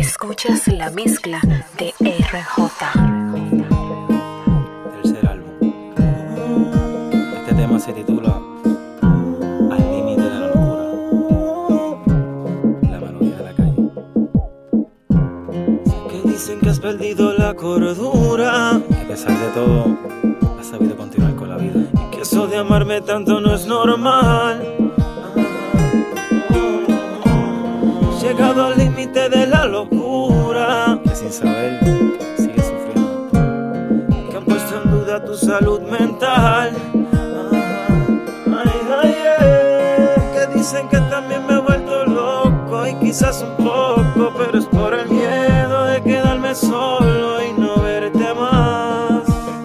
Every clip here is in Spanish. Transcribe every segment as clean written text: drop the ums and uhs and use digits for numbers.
Escuchas la mezcla de RJ. Tercer álbum. Este tema se titula Al límite de la locura. La melodía de la calle. Sé que dicen que has perdido la cordura, que a pesar de todo has sabido continuar con la vida, y que eso de amarme tanto no es normal. Llegado al límite de la locura, que sin saber sigues sufriendo, que han puesto en duda tu salud mental. Que dicen que también me he vuelto loco, y quizás un poco, pero es por el miedo de quedarme solo y no verte más.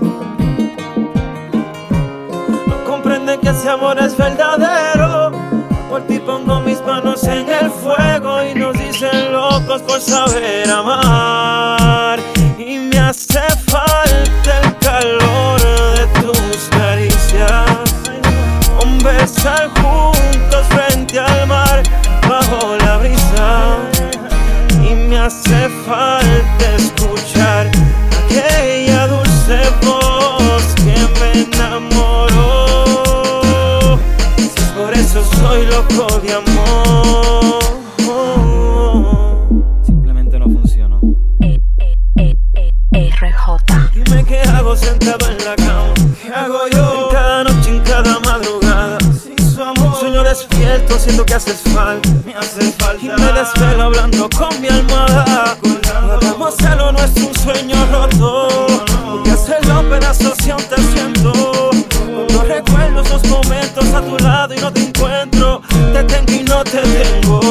No comprenden que ese amor es verdadero. Por ti pongo mis manos en el fuego y nos dicen locos por saber amar. Y me hace falta el calor de tus caricias, conversar juntos frente al mar bajo la brisa. Y me hace falta escuchar aquella dulce voz que me enamoró. Por eso soy loco de amor. Simplemente no funcionó. RJ. Dime qué hago sentado en la cama. ¿Qué hago yo? En cada noche, en cada madrugada. Sin su amor sueño despierto, siento que haces falta. Me haces falta. Y me desvelo hablando con mi almohada. Hagamos lo nuestro un sueño roto, porque hacerlo pedazos si aún te siento. Cuando recuerdo esos momentos a tu lado y no te encuentro, te tengo y no te tengo.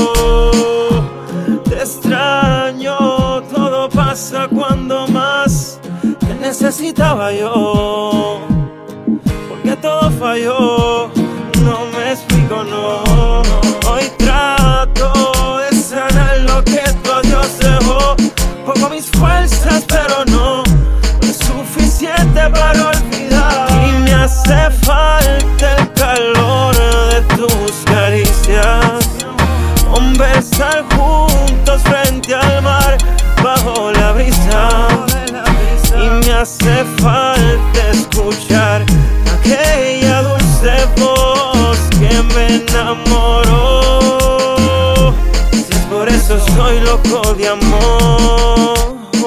Te extraño, todo pasa cuando más te necesitaba yo. Porque todo falló, no me explico, no. Hoy trato de sanar lo que tu adiós dejó. Pongo mis fuerzas pero no es suficiente para olvidar. Y me hace falta el calor de tus caricias, conversar juntos frente al mar bajo la brisa. Y me hace falta escuchar aquella dulce voz que me enamoró. Si es por eso soy loco de amor.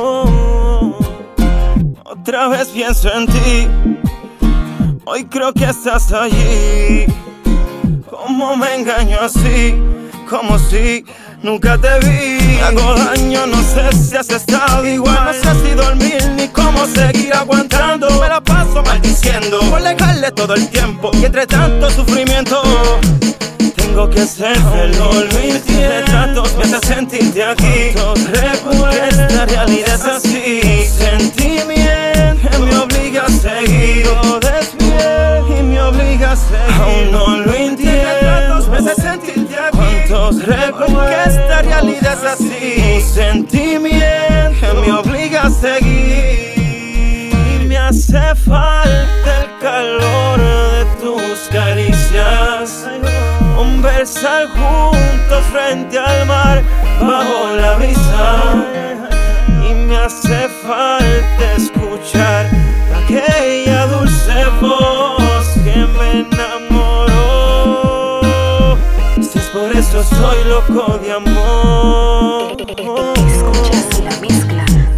Otra vez pienso en ti, hoy creo que estás allí. ¿Cómo me engaño así? Como si nunca te vi. Hago daño, no sé si has estado igual. No sé si dormir ni cómo seguir aguantando. Me la paso maldiciendo por dejarle todo el tiempo, y entre tanto sufrimiento tengo que ser feliz. Mis retratos me hacen sentirte aquí. Porque esta realidad es así. Sentimiento que me obliga a seguir. Todo es bien y me obliga a seguir. Aún no lo entiendo, me hace sentirte aquí. Cuántos recuerdos que esta realidad es así. Sentimiento que me obliga a seguir. Y me hace falta el calor de tus caricias, conversar juntos frente al mar bajo la brisa. Y me hace falta escuchar aquella dulce voz que me enamoró. Si es por eso soy loco de amor. Escuchas la mezcla